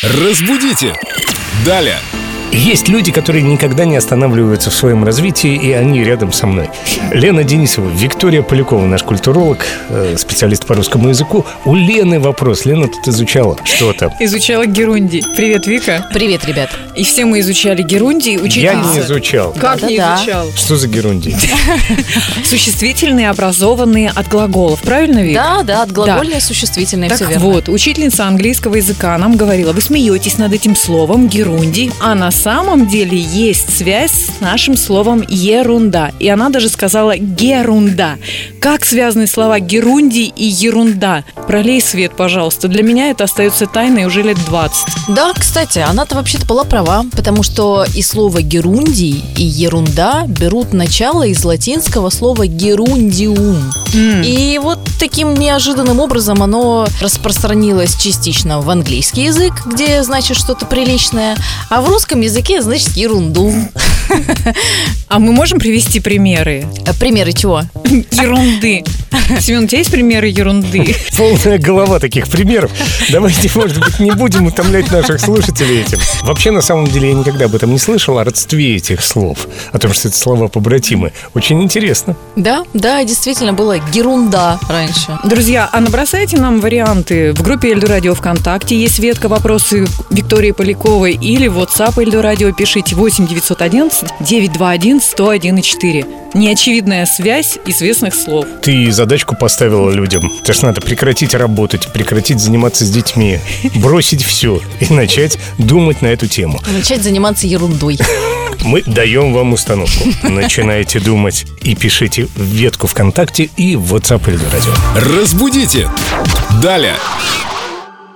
Разбудите! Далее! Есть люди, которые никогда не останавливаются в своем развитии, и они рядом со мной. Лена Денисова, Виктория Полякова, наш культуролог, специалист по русскому языку. У Лены вопрос. Лена тут изучала что-то. Изучала герундий. Привет, Вика. Привет, ребят. И все мы изучали герундий. Я не изучал. Как не изучал? Что за герундий? Существительные, образованные от глаголов. Правильно, Вика? Да, отглагольное, существительное, все Так верно. вот, учительница английского языка нам говорила: вы смеетесь над этим словом герундий, а на самом деле есть связь с нашим словом ерунда. И она даже сказала герунда. Как связаны слова герундий и ерунда? Пролей свет, пожалуйста. Для меня это остается тайной уже лет 20. Да, кстати, она-то вообще-то была права, потому что и слово герундий, и ерунда берут начало из латинского слова герундиум. И вот таким неожиданным образом оно распространилось частично в английский язык, где значит что-то приличное, а в русском языке значит ерунду. А мы можем привести примеры Примеры чего? ерунды? Семен, у тебя есть примеры ерунды? Полная голова таких примеров. Давайте, может быть, не будем утомлять наших слушателей этим. Вообще, на самом деле, я никогда об этом не слышал, о родстве этих слов. О том, что это слова побратимы. Очень интересно. Да, действительно было герунда раньше. Друзья, а набросайте нам варианты. В группе Эльду Радио ВКонтакте есть ветка «Вопросы» Виктории Поляковой. Или в WhatsApp Эльду Радио пишите 8 911 921 101,4. Неочевидная связь известных слов. Ты задачку поставила людям. То что надо прекратить работать, прекратить заниматься с детьми, бросить все и начать думать на эту тему. Начать заниматься ерундой. Мы даем вам установку. Начинайте думать и пишите в ветку ВКонтакте и в WhatsApp Эльду Радио. Разбудите! Далее!